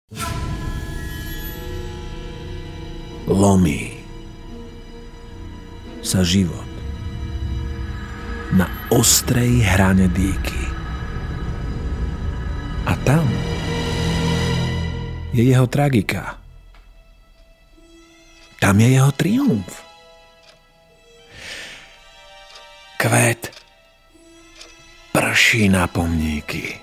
Lomí sa život na ostrej hrane dýky. A tam je jeho tragika. Tam je jeho triumf. Kvet prší na pomníky.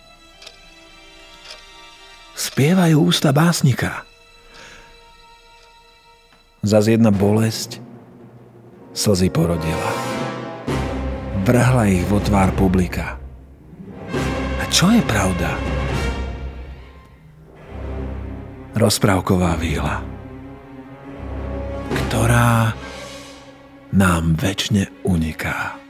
Spievajú ústa básnika. Zas jedna bolesť slzy porodila. Vrhla ich vo tvár publika. A čo je pravda? Rozprávková víla, ktorá nám večne uniká.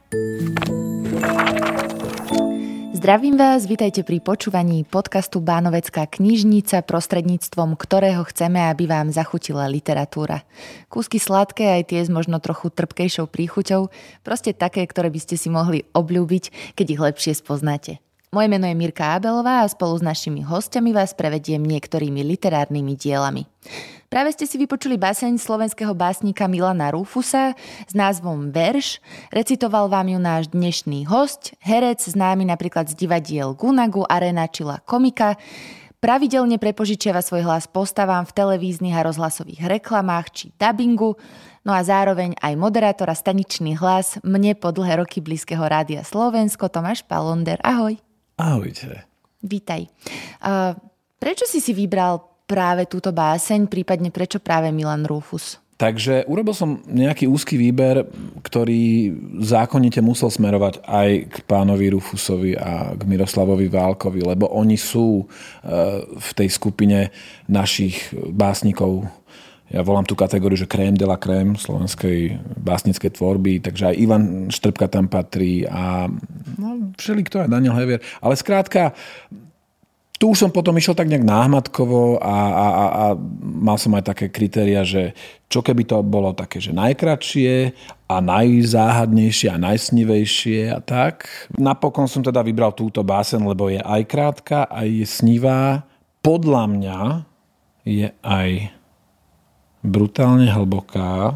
Zdravím vás, vitajte pri počúvaní podcastu Bánovecká knižnica, prostredníctvom ktorého chceme, aby vám zachutila literatúra. Kúsky sladké, aj tie s možno trochu trpkejšou príchuťou, proste také, ktoré by ste si mohli obľúbiť, keď ich lepšie spoznáte. Moje meno je Mirka Abelová a spolu s našimi hostiami vás prevediem niektorými literárnymi dielami. Práve ste si vypočuli báseň slovenského básnika Milana Rufusa s názvom Verš. Recitoval vám ju náš dnešný hosť, herec známy napríklad z divadiel Gunagu, Arena či La Komika. Pravidelne prepožičiava svoj hlas postavám v televíznych a rozhlasových reklamách či dabingu, no a zároveň aj moderátor a staničný hlas mne po dlhé roky blízkeho Rádia Slovensko, Tomáš Palonder. Ahoj. Ahojte. Vítaj. Prečo si vybral práve túto báseň, prípadne prečo práve Milan Rufus? Takže urobil som nejaký úzky výber, ktorý zákonite musel smerovať aj k pánovi Rufusovi a k Miroslavovi Válkovi, lebo oni sú v tej skupine našich básnikov. Ja volám tú kategóriu, že crème de la crème slovenskej básnickej tvorby, takže aj Ivan Štrbka tam patrí a všelikto, aj Daniel Hevier. Ale skrátka, tu už som potom išiel tak nejak náhmatkovo a mal som aj také kritéria, že čo keby to bolo také, že najkratšie a najzáhadnejšie a najsnivejšie a tak. Napokon som teda vybral túto báseň, lebo je aj krátka, aj je snivá. Podľa mňa je aj brutálne hlboká.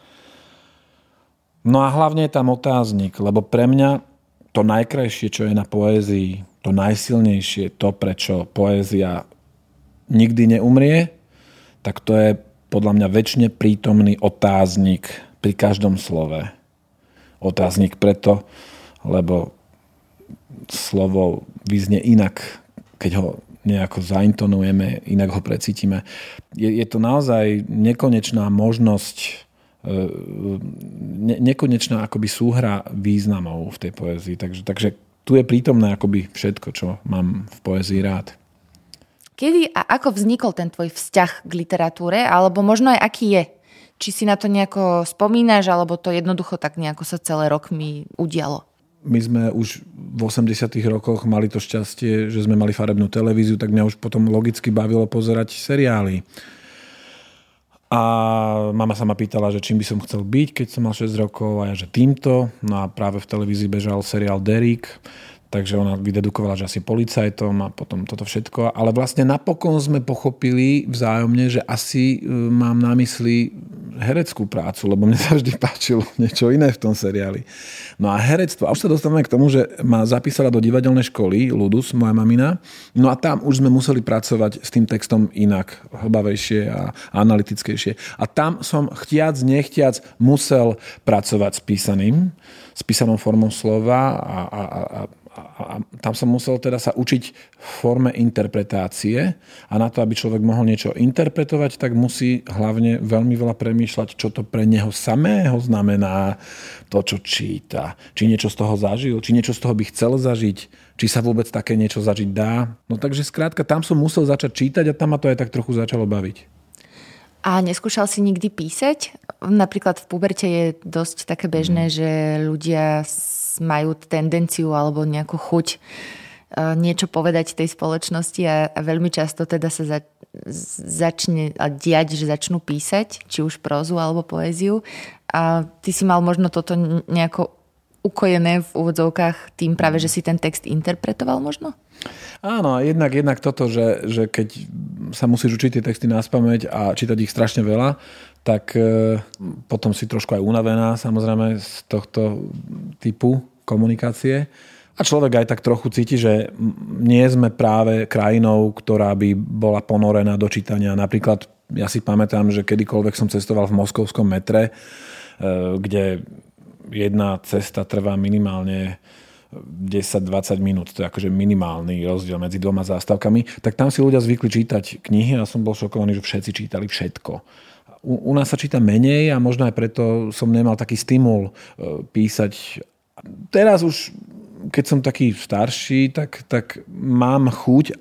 No a hlavne je tam otáznik, lebo pre mňa to najkrajšie, čo je na poézii, to najsilnejšie, to, prečo poézia nikdy neumrie, tak to je podľa mňa večne prítomný otáznik pri každom slove. Otáznik preto, lebo slovo vyznie inak, keď ho nejako zaintonujeme, inak ho precítime. Je to naozaj nekonečná možnosť, nekonečná akoby súhra významov v tej poézii. Takže tu je prítomné akoby všetko, čo mám v poézii rád. Kedy a ako vznikol ten tvoj vzťah k literatúre, alebo možno aj aký je? Či si na to nejako spomínaš, alebo to jednoducho tak nejako sa celé rokmi udialo? My sme už v 80. rokoch mali to šťastie, že sme mali farebnú televíziu, tak mňa už potom logicky bavilo pozerať seriály. A mama sa ma pýtala, že čím by som chcel byť, keď som mal 6 rokov, a ja, že týmto. No a práve v televízii bežal seriál Derrick, takže ona vydedukovala, že asi policajtom a potom toto všetko. Ale vlastne napokon sme pochopili vzájomne, že asi mám na mysli hereckú prácu, lebo mne sa vždy páčilo niečo iné v tom seriáli. No a herectvo. A už sa dostávame k tomu, že ma zapísala do divadelnej školy Ludus, moja mamina. No a tam už sme museli pracovať s tým textom inak, hlbavejšie a analytickejšie. A tam som chtiac, nechtiac musel pracovať s písanou formou slova a tam som musel teda sa učiť v forme interpretácie a na to, aby človek mohol niečo interpretovať, tak musí hlavne veľmi veľa premýšľať, čo to pre neho samého znamená, to, čo číta. Či niečo z toho zažil, či niečo z toho by chcel zažiť, či sa vôbec také niečo zažiť dá. No takže skrátka, tam som musel začať čítať a tam ma to aj tak trochu začalo baviť. A neskúšal si nikdy písať? Napríklad v puberte je dosť také bežné, že ľudia majú tendenciu alebo nejakú chuť niečo povedať tej spoločnosti a veľmi často teda sa začne diať, že začnú písať, či už prózu alebo poéziu. A ty si mal možno toto nejako ukojené v úvodzovkách tým práve, že si ten text interpretoval možno? Áno, jednak toto, že keď sa musíš učiť tie texty naspamäť a čítať ich strašne veľa, tak potom si trošku aj unavená samozrejme z tohto typu komunikácie. A človek aj tak trochu cíti, že nie sme práve krajinou, ktorá by bola ponorená do čítania. Napríklad ja si pamätám, že kedykoľvek som cestoval v moskovskom metre, kde jedna cesta trvá minimálne 10-20 minút, to je akože minimálny rozdiel medzi dvoma zástavkami, tak tam si ľudia zvykli čítať knihy a som bol šokovaný, že všetci čítali všetko. U nás sa číta menej a možno aj preto som nemal taký stimul písať. Teraz už keď som taký starší, tak mám chuť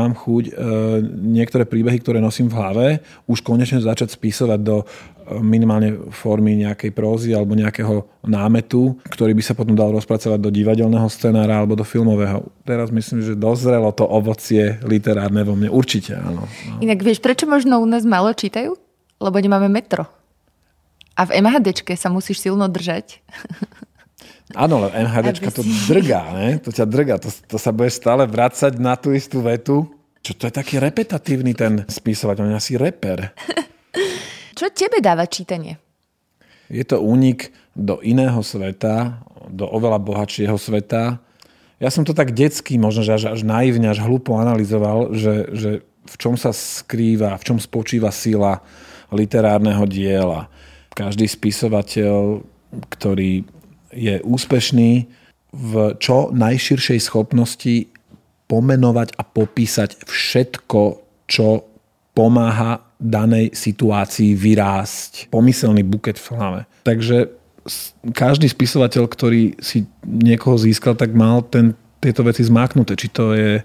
niektoré príbehy, ktoré nosím v hlave, už konečne začať spisovať do minimálne formy nejakej prózy alebo nejakého námetu, ktorý by sa potom dal rozpracovať do divadelného scenára alebo do filmového. Teraz myslím, že dozrelo to ovocie literárne vo mne. Určite, áno. Inak vieš, prečo možno u nás málo čítajú? Lebo nemáme metro. A v MHDčke sa musíš silno držať. Áno, ale MHDčka to drgá, ne? To ťa drgá, to sa budeš stále vracať na tú istú vetu. Čo to je taký repetatívny ten spisovateľ, on je asi reper. Čo tebe dáva čítanie? Je to únik do iného sveta, do oveľa bohatšieho sveta. Ja som to tak detsky, možno že až naivne, až hlúpo analyzoval, že v čom sa skrýva, v čom spočíva sila literárneho diela. Každý spisovateľ, ktorý je úspešný v čo najširšej schopnosti pomenovať a popísať všetko, čo pomáha danej situácii vyrásť. Pomyselný buket v hlave. Takže každý spisovateľ, ktorý si niekoho získal, tak mal tieto veci zmáknuté. Či to je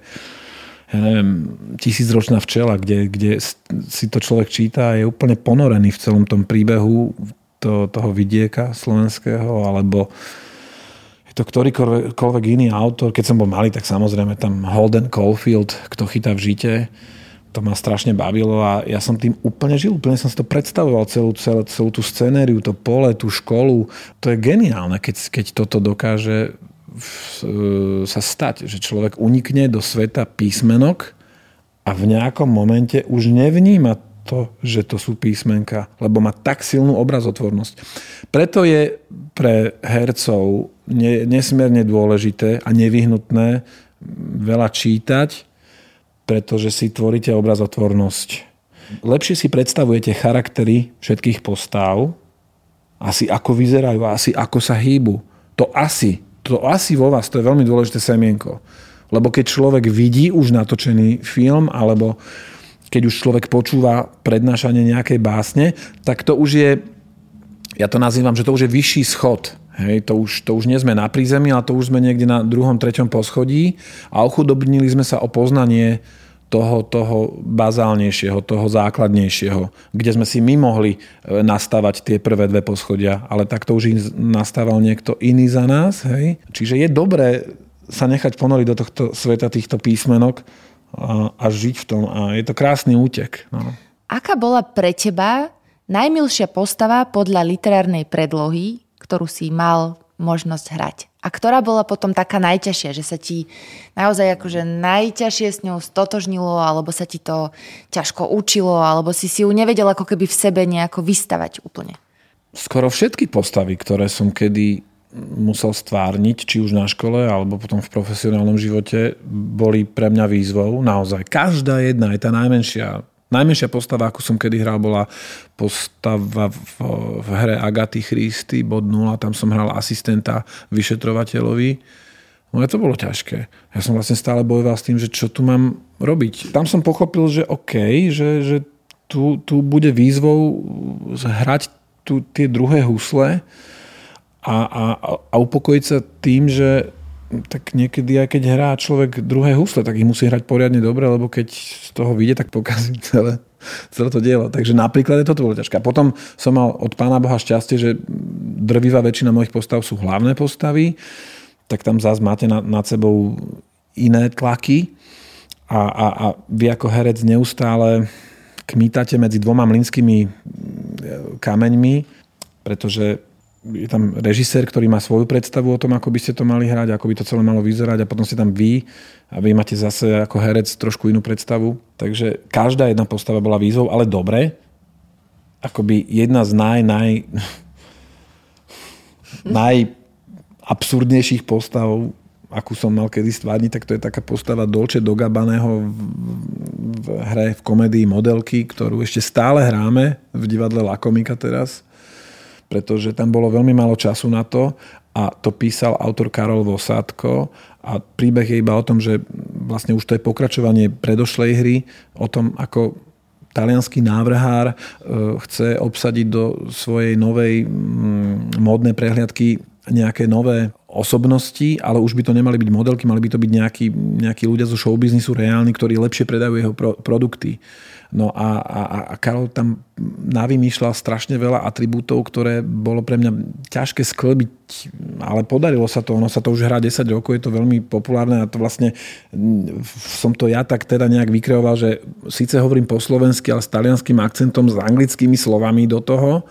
tisícročná včela, kde si to človek číta a je úplne ponorený v celom tom príbehu toho vidieka slovenského, alebo je to ktorýkoľvek iný autor. Keď som bol malý, tak samozrejme tam Holden Caulfield, Kto chytá v žite, to ma strašne bavilo a ja som tým úplne žil, úplne som si to predstavoval, celú tú scenériu, to pole, tú školu. To je geniálne, keď toto dokáže sa stať, že človek unikne do sveta písmenok a v nejakom momente už nevníma to, že to sú písmenka, lebo má tak silnú obrazotvornosť. Preto je pre hercov nesmierne dôležité a nevyhnutné veľa čítať, pretože si tvoríte obrazotvornosť. Lepšie si predstavujete charaktery všetkých postav, asi ako vyzerajú, asi ako sa hýbu. To asi vo vás, to je veľmi dôležité semienko. Lebo keď človek vidí už natočený film, alebo keď už človek počúva prednášanie nejakej básne, tak to už je, ja to nazývam, že to už je vyšší schod. Hej, to už nie sme na prízemí, ale to už sme niekde na 2., 3. poschodí a ochudobnili sme sa o poznanie toho bazálnejšieho, toho základnejšieho, kde sme si my mohli nastavať tie prvé 2 poschodia, ale takto už nastával niekto iný za nás. Hej. Čiže je dobré sa nechať ponoriť do tohto sveta týchto písmenok a žiť v tom. A je to krásny útek. No. Aká bola pre teba najmilšia postava podľa literárnej predlohy, ktorú si mal možnosť hrať? A ktorá bola potom taká najťažšia, že sa ti naozaj akože najťažšie s ňou stotožnilo, alebo sa ti to ťažko učilo, alebo si ju nevedel ako keby v sebe nejako vystavať úplne? Skoro všetky postavy, ktoré som kedy musel stvárniť, či už na škole, alebo potom v profesionálnom živote, boli pre mňa výzvou. Naozaj, každá jedna, aj tá najmenšia postava, akú som kedy hral, bola postava v hre Agaty Christie, bod 0, tam som hral asistenta vyšetrovateľovi. No a to bolo ťažké. Ja som vlastne stále bojoval s tým, že čo tu mám robiť. Tam som pochopil, že OK, že tu bude výzvou hrať tie druhé husle a upokojiť sa tým, že tak niekedy aj keď hrá človek druhé husle, tak ich musí hrať poriadne dobre, lebo keď z toho vyjde, tak pokazí celé to dielo. Takže napríklad toto bolo ťažké. Potom som mal od Pána Boha šťastie, že drvivá väčšina mojich postav sú hlavné postavy, tak tam zás máte nad sebou iné tlaky a vy ako herec neustále kmítate medzi 2 mlynskými kameňmi, pretože je tam režisér, ktorý má svoju predstavu o tom, ako by ste to mali hrať, ako by to celé malo vyzerať a potom ste tam vy a vy máte zase ako herec trošku inú predstavu. Takže každá jedna postava bola výzvou, ale dobre. Akoby jedna z najabsurdnejších postav, akú som mal kedy stvárniť, tak to je taká postava Dolce do Gabbaného v hre v komédii Modelky, ktorú ešte stále hráme v divadle La Comica teraz, pretože tam bolo veľmi málo času na to a to písal autor Karol Vosátko a príbeh je iba o tom, že vlastne už to je pokračovanie predošlej hry, o tom, ako taliansky návrhár chce obsadiť do svojej novej módnej prehliadky nejaké nové osobnosti, ale už by to nemali byť modelky, mali by to byť nejakí ľudia zo showbiznisu reálni, ktorí lepšie predajú jeho produkty. No a Karol tam navymýšľal strašne veľa atribútov, ktoré bolo pre mňa ťažké sklbiť, ale podarilo sa to. Ono sa to už hrá 10 rokov, je to veľmi populárne a to vlastne som to ja tak teda nejak vykreoval, že síce hovorím po slovensky, ale s talianským akcentom, s anglickými slovami do toho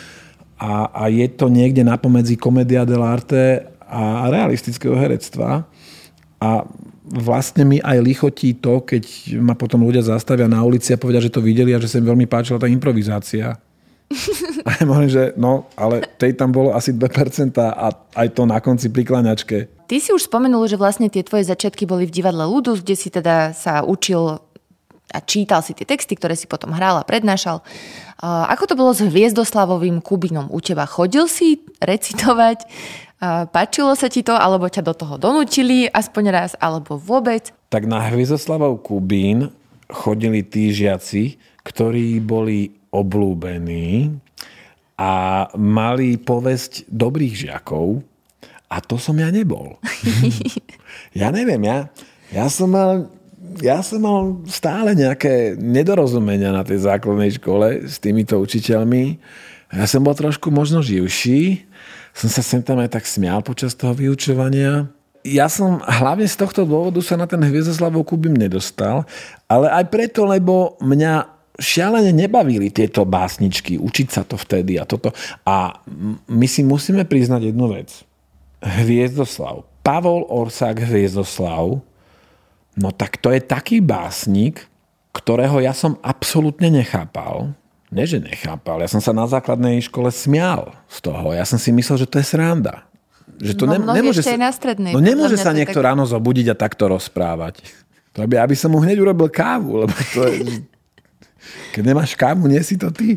a je to niekde napomedzi komédia dell'arte a realistického herectva a vlastne mi aj lichotí to, keď ma potom ľudia zastavia na ulici a povedia, že to videli a že sa im veľmi páčila tá improvizácia. A ja hovorím, že no, ale tej tam bolo asi 2% a aj to na konci pri kláňačke. Ty si už spomenul, že vlastne tie tvoje začiatky boli v divadle Ludus, kde si teda sa učil a čítal si tie texty, ktoré si potom hral a prednášal. Ako to bolo s Hviezdoslavovým Kubínom u teba? Chodil si recitovať? Páčilo sa ti to, alebo ťa do toho donútili aspoň raz, alebo vôbec? Tak na Hviezdoslavov Kubín chodili tí žiaci, ktorí boli obľúbení a mali povesť dobrých žiakov a to som ja nebol. Ja neviem, ja som mal stále nejaké nedorozumenia na tej základnej škole s týmito učiteľmi. Ja som bol trošku možno živší. Som sa sem tam aj tak smial počas toho vyučovania. Ja som hlavne z tohto dôvodu sa na ten Hviezdoslavov Kubín nedostal, ale aj preto, lebo mňa šialene nebavili tieto básničky, učiť sa to vtedy a toto. A my si musíme priznať jednu vec. Hviezdoslav, Pavol Orsák Hviezdoslav, no tak to je taký básnik, ktorého ja som absolútne nechápal. Nie, že nechápal. Ja som sa na základnej škole smial z toho. Ja som si myslel, že to je sranda. Že to nemôže sa, na strednej. No nemôže sa niekto ráno zobudiť a takto rozprávať. To aby som mu hneď urobil kávu, lebo to je... Keď nemáš kávu, nie si to ty.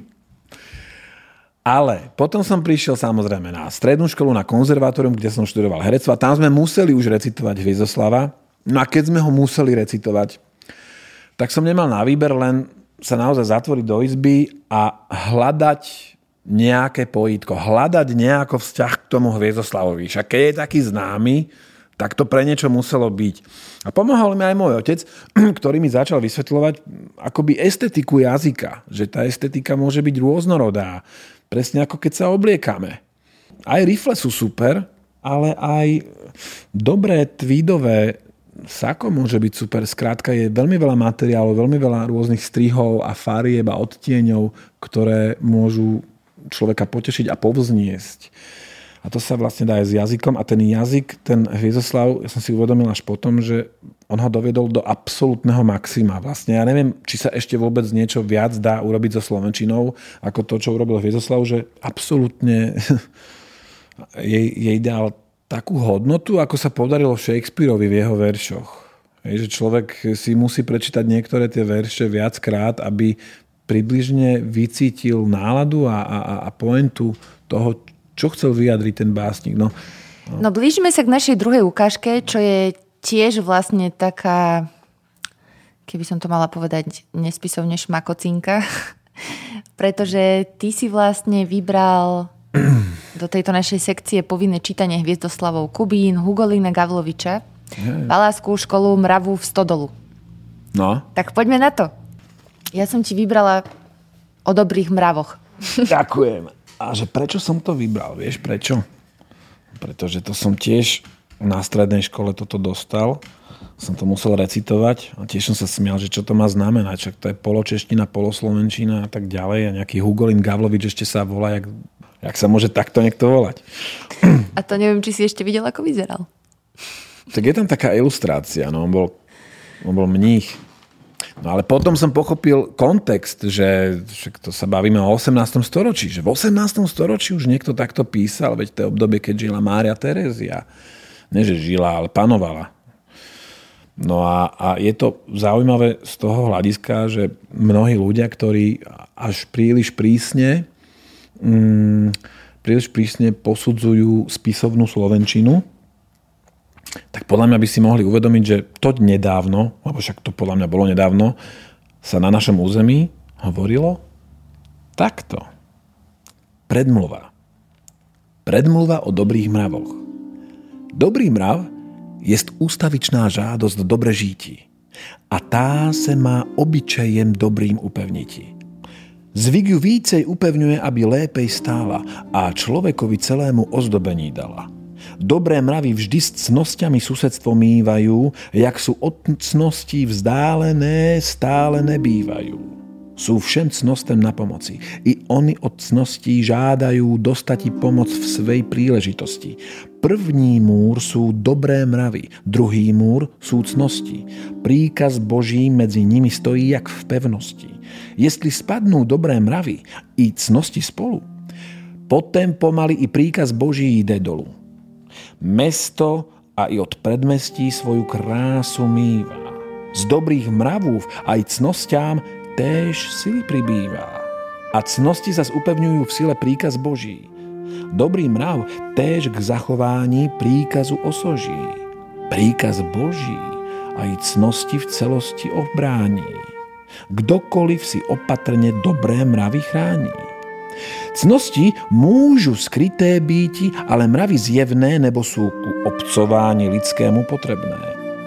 Ale potom som prišiel samozrejme na strednú školu, na konzervatórium, kde som študoval herectvo a tam sme museli už recitovať Hviezdoslava. No a keď sme ho museli recitovať, tak som nemal na výber, len sa naozaj zatvoriť do izby a hľadať nejaké pojítko, hľadať nejako vzťah k tomu Hviezdoslavovi. Však keď je taký známy, tak to pre niečo muselo byť. A pomohol mi aj môj otec, ktorý mi začal vysvetľovať akoby estetiku jazyka, že tá estetika môže byť rôznorodá, presne ako keď sa obliekame. Aj rifle sú super, ale aj dobré tweedové sako môže byť super. Skrátka je veľmi veľa materiálov, veľmi veľa rôznych strihov a farieb a odtieňov, ktoré môžu človeka potešiť a povzniesť. A to sa vlastne dá aj s jazykom. A ten jazyk, ten Hviezdoslav, ja som si uvedomil až potom, že on ho doviedol do absolútneho maxima. Vlastne ja neviem, či sa ešte vôbec niečo viac dá urobiť so slovenčinou, ako to, čo urobil Hviezdoslav, že absolútne jej dal takú hodnotu, ako sa podarilo Shakespeareovi v jeho veršoch. Že človek si musí prečítať niektoré tie verše viackrát, aby približne vycítil náladu a pointu toho, čo chcel vyjadriť ten básnik. No, blížime sa k našej druhej ukážke, čo je tiež vlastne taká, keby som to mala povedať nespisovne šmakocinka, pretože ty si vlastne vybral do tejto našej sekcie povinné čítanie Hviezdoslavov Kubín, Hugolína Gavloviča, Paláskú školu mravu v Stodolu. No. Tak poďme na to. Ja som ti vybrala o dobrých mravoch. Ďakujem. A že prečo som to vybral? Vieš prečo? Pretože to som tiež na strednej škole toto dostal. Som to musel recitovať a tiež som sa smial, že čo to má znamenať. Čak to je poločeština, poloslovenčina a tak ďalej. A nejaký Hugolín Gavlovič ešte sa volá jak Jak sa môže takto niekto volať? A to neviem, či si ešte videl, ako vyzeral. Tak je tam taká ilustrácia, no, on bol mních. No ale potom som pochopil kontext, že to sa bavíme o 18. storočí, že v 18. storočí už niekto takto písal, veď to je obdobie, keď žila Mária Terezia. Nie, že žila, ale panovala. No a je to zaujímavé z toho hľadiska, že mnohí ľudia, ktorí až príliš prísne posudzujú spisovnú slovenčinu, tak podľa mňa by si mohli uvedomiť, že to nedávno, lebo však to podľa mňa bolo nedávno, sa na našom území hovorilo takto. Predmluva. Predmluva o dobrých mravoch. Dobrý mrav jest ústavičná žádosť dobre žíti a tá se má obyčejem dobrým upevniti. Zvyk ju vícej upevňuje, aby lépej stála a človekovi celému ozdobení dala. Dobré mravy vždy s cnosťami susedstvo mívajú, jak sú od cností vzdálené, stále nebývajú. Sú všem cnostem na pomoci. I oni od cností žádajú dostati pomoc v svej príležitosti. První múr sú dobré mravy, druhý múr sú cnosti. Príkaz Boží medzi nimi stojí jak v pevnosti. Jestli spadnú dobré mravy i cnosti spolu, potom pomaly i príkaz Boží ide dolu. Mesto a i od predmestí svoju krásu mýva. Z dobrých mravúv aj cnosťám též sily pribýva. A cnosti zas upevňujú v sile príkaz Boží. Dobrý mrav též k zachování príkazu osoží. Príkaz Boží aj cnosti v celosti obrání. Kdokoliv si opatrne dobré mravy chrání. Cnosti môžu skryté býti, ale mravy zjevné nebo sú ku obcování lidskému potrebné.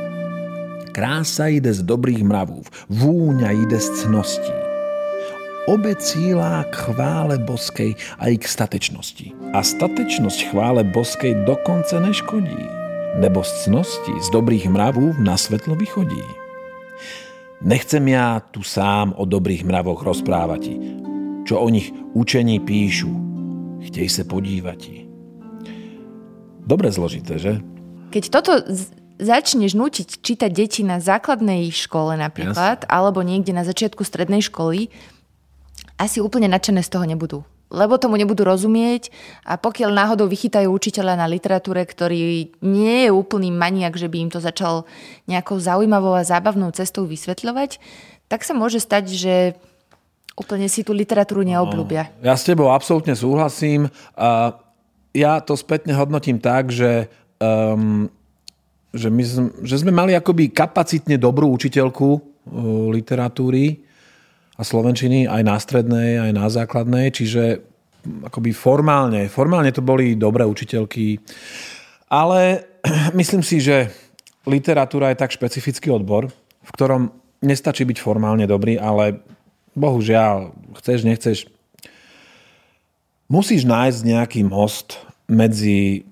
Krása jde z dobrých mravů, vůňa jde z cností. Obe cílá k chvále boskej a i k statečnosti. A statečnosť chvále boskej dokonce neškodí, nebo z cností, z dobrých mravů na svetlo vychodí. Nechcem ja tu sám o dobrých mravoch rozprávati, čo o nich učení píšu. Chtej sa podívati. Dobre zložité, že? Keď toto začneš nútiť čítať deti na základnej škole napríklad, alebo niekde na začiatku strednej školy, asi úplne nadšené z toho nebudú. Lebo tomu nebudú rozumieť a pokiaľ náhodou vychytajú učiteľa na literatúre, ktorý nie je úplný maniak, že by im to začal nejakou zaujímavou a zábavnou cestou vysvetľovať, tak sa môže stať, že úplne si tú literatúru neobľúbia. Ja s tebou absolútne súhlasím. Ja to spätne hodnotím tak, že sme mali akoby kapacitne dobrú učiteľku literatúry a slovenčiny aj na strednej, aj na základnej, čiže akoby formálne to boli dobré učiteľky. Ale myslím si, že literatúra je tak špecifický odbor, v ktorom nestačí byť formálne dobrý, ale bohužiaľ, chceš, nechceš, musíš nájsť nejaký most medzi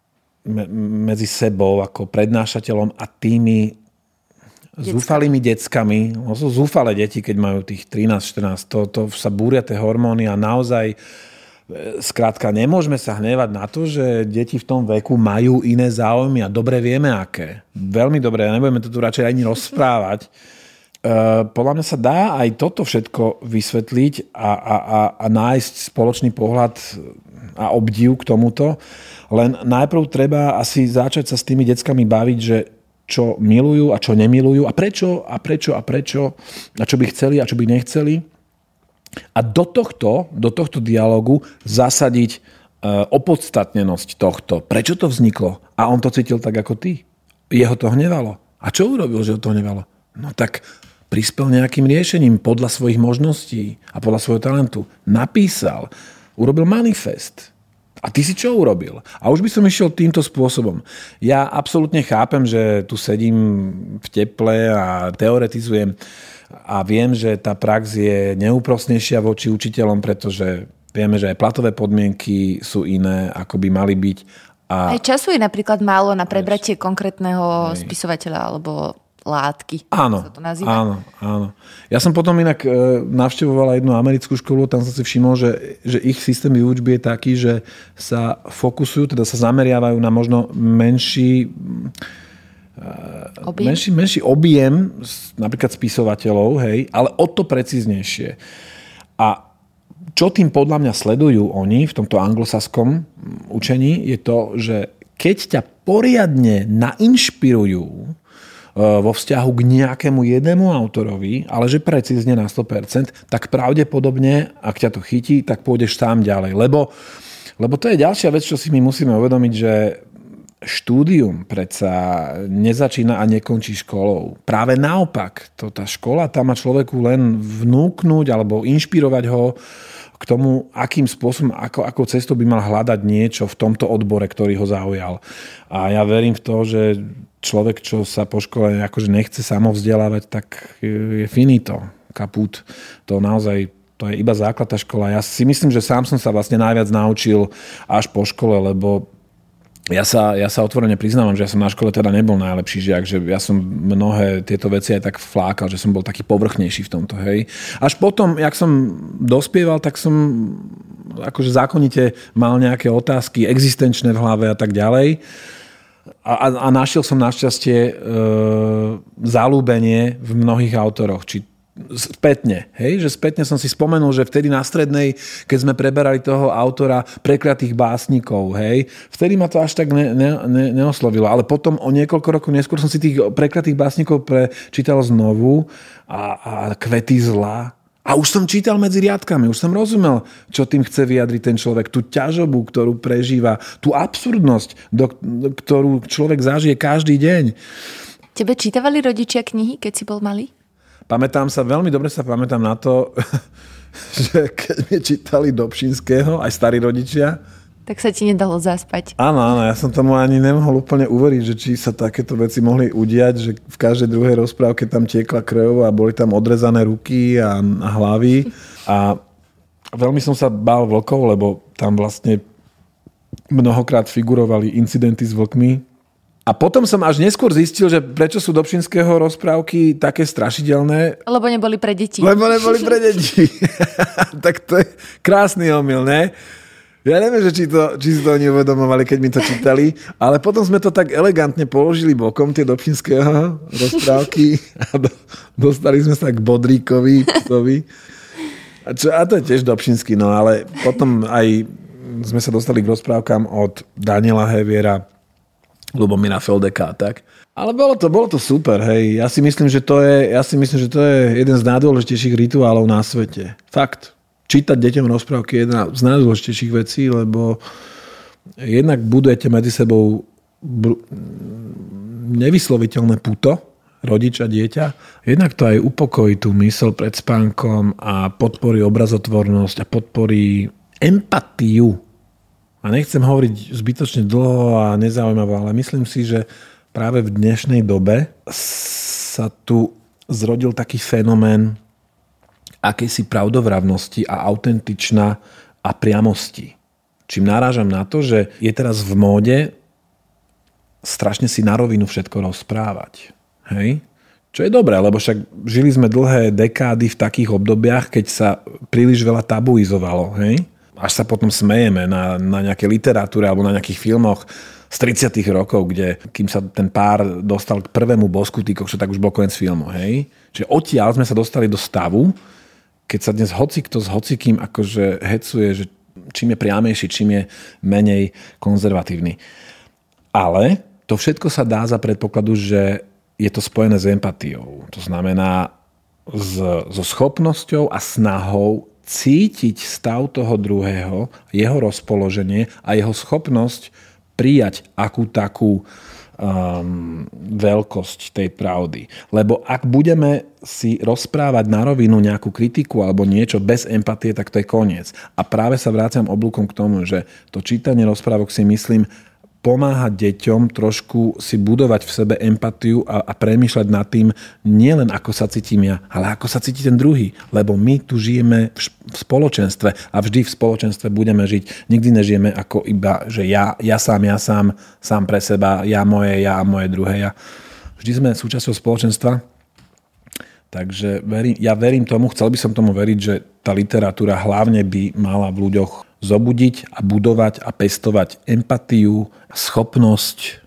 sebou ako prednášateľom a tými zúfalými deckami. Sú zúfalé deti, keď majú tých 13-14. To sa búria tie hormóny a naozaj skrátka nemôžeme sa hnevať na to, že deti v tom veku majú iné záujmy a dobre vieme aké. Veľmi dobre, nebudeme to tu radšej ani rozprávať. Podľa mňa sa dá aj toto všetko vysvetliť a nájsť spoločný pohľad a obdiv k tomuto. Len najprv treba asi začať sa s tými deckami baviť, že čo milujú a čo nemilujú a prečo a čo by chceli a čo by nechceli. A do tohto dialogu zasadiť opodstatnenosť tohto. Prečo to vzniklo? A on to cítil tak ako ty. Jeho to hnevalo. A čo urobil, že ho to hnevalo? No tak prispel nejakým riešením podľa svojich možností a podľa svojho talentu. Napísal, urobil manifest. A ty si čo urobil? A už by som išiel týmto spôsobom. Ja absolútne chápem, že tu sedím v teple a teoretizujem a viem, že tá prax je neúprosnejšia voči učiteľom, pretože vieme, že aj platové podmienky sú iné, ako by mali byť. Aj času je napríklad málo na prebratie konkrétneho spisovateľa alebo látky. Áno, sa to nazýva. áno. Ja som potom inak navštevovala jednu americkú školu, tam som si všimol, že ich systém výučby je taký, že sa fokusujú, teda sa zameriavajú na možno menší objem napríklad spisovateľov, hej, ale o to precíznejšie. A čo tým podľa mňa sledujú oni v tomto anglosaskom učení, je to, že keď ťa poriadne nainšpirujú vo vzťahu k nejakému jednému autorovi, ale že precízne na 100%, tak pravdepodobne, ak ťa to chytí, tak pôjdeš sám ďalej. Lebo to je ďalšia vec, čo si my musíme uvedomiť, že štúdium predsa nezačína a nekončí školou. Práve naopak, tá škola tam má človeku len vnúknuť alebo inšpirovať ho k tomu, akým spôsobom, ako cestou by mal hľadať niečo v tomto odbore, ktorý ho zaujal. A ja verím v to, že človek, čo sa po škole akože nechce samovzdelávať, tak je finito, kaput. To naozaj, to je iba základ tá škola. Ja si myslím, že sám som sa vlastne najviac naučil až po škole, lebo ja sa otvorene priznávam, že ja som na škole teda nebol najlepší žiak, že ja som mnohé tieto veci aj tak flákal, že som bol taký povrchnejší v tomto, hej. Až potom, jak som dospieval, tak som akože zákonite mal nejaké otázky existenčné v hlave a tak ďalej. A našiel som našťastie zalúbenie v mnohých autoroch, či spätne, hej? Že spätne som si spomenul, že vtedy na strednej, keď sme preberali toho autora Prekliatých básnikov, hej, vtedy ma to až tak neoslovilo, ale potom o niekoľko rokov neskôr som si tých Prekliatých básnikov prečítal znovu a Kvety zla. A už som čítal medzi riadkami, už som rozumel, čo tým chce vyjadriť ten človek, tú ťažobu, ktorú prežíva, tú absurdnosť, ktorú človek zažije každý deň. Tebe čítavali rodičia knihy, keď si bol malý? Veľmi dobre sa pamätám na to, že keď mi čítali Dobšinského, aj starí rodičia. Tak sa ti nedalo zaspať. Áno, ja som tomu ani nemohol úplne uveriť, že či sa takéto veci mohli udiať, že v každej druhej rozprávke tam tiekla krev a boli tam odrezané ruky a hlavy. A veľmi som sa bál vlkov, lebo tam vlastne mnohokrát figurovali incidenty s vlkmi. A potom som až neskôr zistil, že prečo sú Dobšinského rozprávky také strašidelné. Lebo neboli pre deti. Tak to je krásny omyl, ne? Ja neviem, že či si to oni uvedomovali, keď mi to čítali, ale potom sme to tak elegantne položili bokom, tie Dobšinského rozprávky a dostali sme sa k Bodríkovi, psovi. A to je tiež Dobšinský, no ale potom aj sme sa dostali k rozprávkam od Daniela Heviera, Ľubomíra Feldeka, tak. Ale bolo to super, hej. Ja si myslím, že to je jeden z najdôležitejších rituálov na svete. Fakt. Čítať deťom rozprávky je jedna z najdôležitejších vecí, lebo jednak budujete medzi sebou nevysloviteľné puto, rodič a dieťa. Jednak to aj upokojí tú myseľ pred spánkom a podporí obrazotvornosť a podporí empatiu. A nechcem hovoriť zbytočne dlho a nezaujímavo, ale myslím si, že práve v dnešnej dobe sa tu zrodil taký fenomén akejsi pravdovravnosti a autentičná a priamosti. Čím narážam na to, že je teraz v móde strašne si na rovinu všetko rozprávať. Hej? Čo je dobré, lebo však žili sme dlhé dekády v takých obdobiach, keď sa príliš veľa tabuizovalo, hej? Až sa potom smejeme na nejakej literatúre alebo na nejakých filmoch z 30. rokov, kde kým sa ten pár dostal k prvému bosku týkočo, tak už bol koniec filmu. Hej? Čiže odtiaľ sme sa dostali do stavu, keď sa dnes hocikto s hocikým akože hecuje, že čím je priamejší, čím je menej konzervatívny. Ale to všetko sa dá za predpokladu, že je to spojené s empatiou. To znamená so schopnosťou a snahou cítiť stav toho druhého, jeho rozpoloženie a jeho schopnosť prijať akú takú veľkosť tej pravdy. Lebo ak budeme si rozprávať na rovinu nejakú kritiku alebo niečo bez empatie, tak to je koniec. A práve sa vráciam oblúkom k tomu, že to čítanie rozprávok si myslím pomáha deťom trošku si budovať v sebe empatiu a premýšľať nad tým, nielen ako sa cítim ja, ale ako sa cíti ten druhý. Lebo my tu žijeme v spoločenstve a vždy v spoločenstve budeme žiť. Nikdy nežijeme ako iba, že ja sám pre seba, ja moje druhé ja. vždy sme súčasťou spoločenstva. Takže ja verím tomu, chcel by som tomu veriť, že tá literatúra hlavne by mala v ľuďoch zobudiť a budovať a pestovať empatiu, schopnosť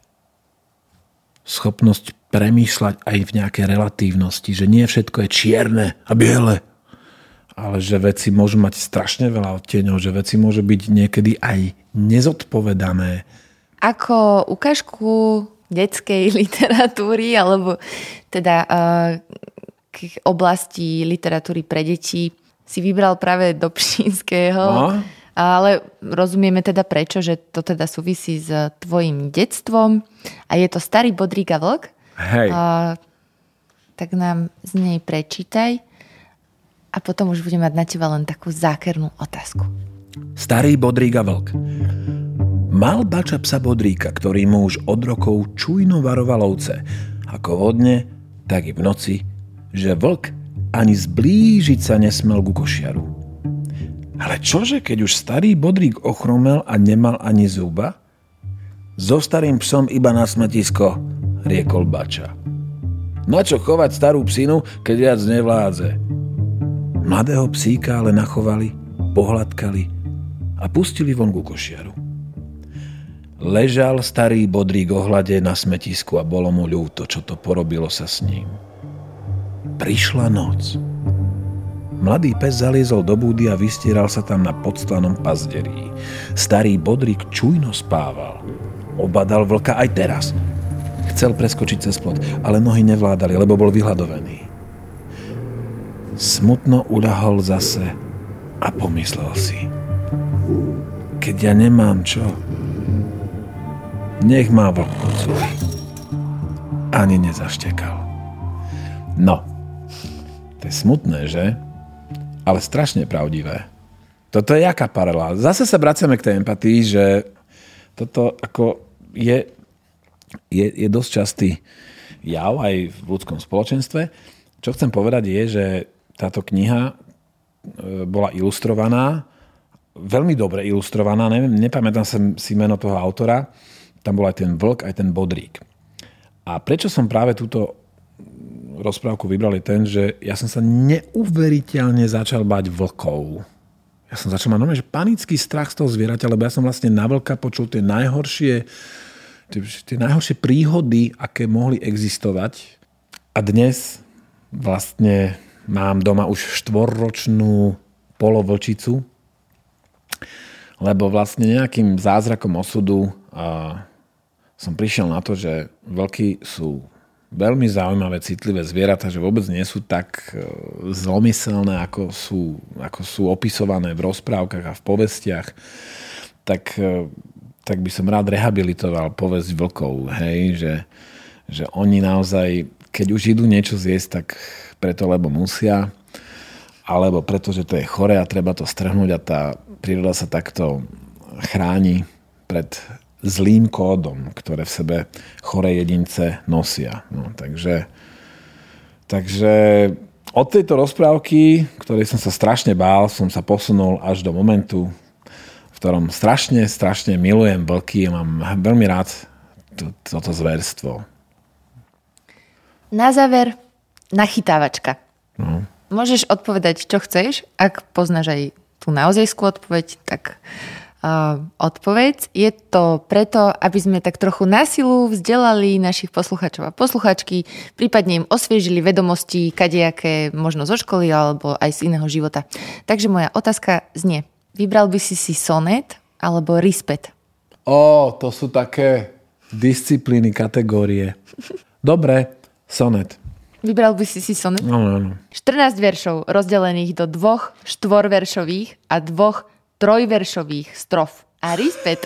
premýšľať aj v nejakej relatívnosti, že nie všetko je čierne a biele, ale že veci môžu mať strašne veľa odtieňov, že veci môžu byť niekedy aj nezodpovedané. Ako ukážku detskej literatúry, alebo teda k oblasti literatúry pre deti si vybral práve Dobšinského. No. Ale rozumieme teda prečo, že to teda súvisí s tvojim detstvom a je to Starý bodrík a vlk. Hej. Tak nám z nej prečítaj a potom už budem mať na teba len takú zákernú otázku. Starý bodrík a vlk. Mal Bača psa Bodríka, ktorý mu už od rokov čujno varoval ovce, ako vodne, tak i v noci, že vlk ani zblížiť sa nesmel ku košiaru. Ale čože, keď už starý Bodrík ochromel a nemal ani zuba? So starým psom iba na smetisko, riekol Bača. Na čo chovať starú psinu, keď viac nevládze? Mladého psíka ale nachovali, pohľadkali a pustili von ku košiaru. Ležal starý Bodrík ohlade na smetisku a bolo mu ľúto, čo to porobilo sa s ním. Prišla noc. Mladý pes zaliezol do búdy a vystieral sa tam na podslanom pazderí. Starý Bodrík čujno spával. Obadal vlka aj teraz. Chcel preskočiť cez plot, ale nohy nevládali, lebo bol vyhľadovený. Smutno uľahol zase a pomyslel si. Keď ja nemám čo, nech má vlk pocúli. Ani nezaštekal. No, to je smutné, že? Ale strašne pravdivé. Toto je jaká paralela. Zase sa vraciame k tej empatii, že toto ako je dosť častý jav aj v ľudskom spoločenstve. Čo chcem povedať je, že táto kniha bola ilustrovaná, veľmi dobre ilustrovaná, nepamätám si meno toho autora, tam bol aj ten vlk, aj ten Bodrík. A prečo som práve túto rozprávku vybral je ten, že ja som sa neuveriteľne začal bať vlkov. Ja som začal mať normálne, že panický strach z toho zvieraťa, lebo ja som vlastne na vlka počul tie najhoršie príhody, aké mohli existovať. A dnes vlastne mám doma už 4-ročnú polovlčicu, lebo vlastne nejakým zázrakom osudu som prišiel na to, že vlky sú veľmi zaujímavé, citlivé zvieratá, že vôbec nie sú tak zlomyselné, ako sú opisované v rozprávkach a v povestiach. Tak by som rád rehabilitoval povesť vlkov. Hej? Že oni naozaj, keď už idú niečo zjesť, tak preto, lebo musia, alebo preto, že to je chore a treba to strhnúť a tá príroda sa takto chráni pred zlým kódom, ktoré v sebe choré jedince nosia. No, takže od tejto rozprávky, ktorej som sa strašne bál, som sa posunul až do momentu, v ktorom strašne milujem vlky a mám veľmi rád toto zverstvo. Na záver, nachytávačka. No. Môžeš odpovedať, čo chceš. Ak poznáš aj tú naozajskú odpoveď, tak odpoveď. Je to preto, aby sme tak trochu na silu vzdelali našich poslucháčov a poslucháčky, prípadne im osviežili vedomosti, kadejaké možno zo školy alebo aj z iného života. Takže moja otázka znie, vybral by si sonet alebo rispet? To sú také disciplíny, kategórie. Dobre, sonet. Vybral by si sonet? No. 14 veršov rozdelených do 2 štvorveršových a 2 trojveršových strof. A rispet,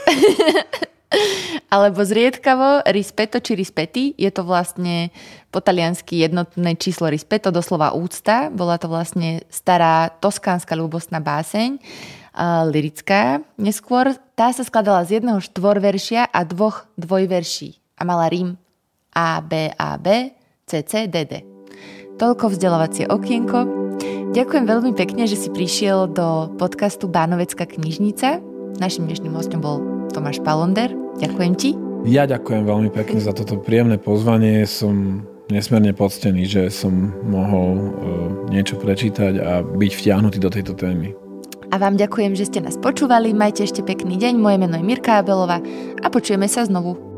alebo zriedkavo rispeto či rispeti, je to vlastne po taliansky jednotné číslo rispeto, doslova úcta. Bola to vlastne stará toskánska ľúbostná báseň, lyrická neskôr. Tá sa skladala z 1 štvorveršia a 2 dvojverší a mala rím A, B, C, C, D, D. Toľko vzdelávacie okienko. Ďakujem veľmi pekne, že si prišiel do podcastu Bánovecká knižnica. Naším dnešným hostom bol Tomáš Palonder. Ďakujem ti. Ja ďakujem veľmi pekne za toto príjemné pozvanie. Som nesmierne poctený, že som mohol niečo prečítať a byť vtiahnutý do tejto témy. A vám ďakujem, že ste nás počúvali. Majte ešte pekný deň. Moje meno je Mirka Abelová a počujeme sa znovu.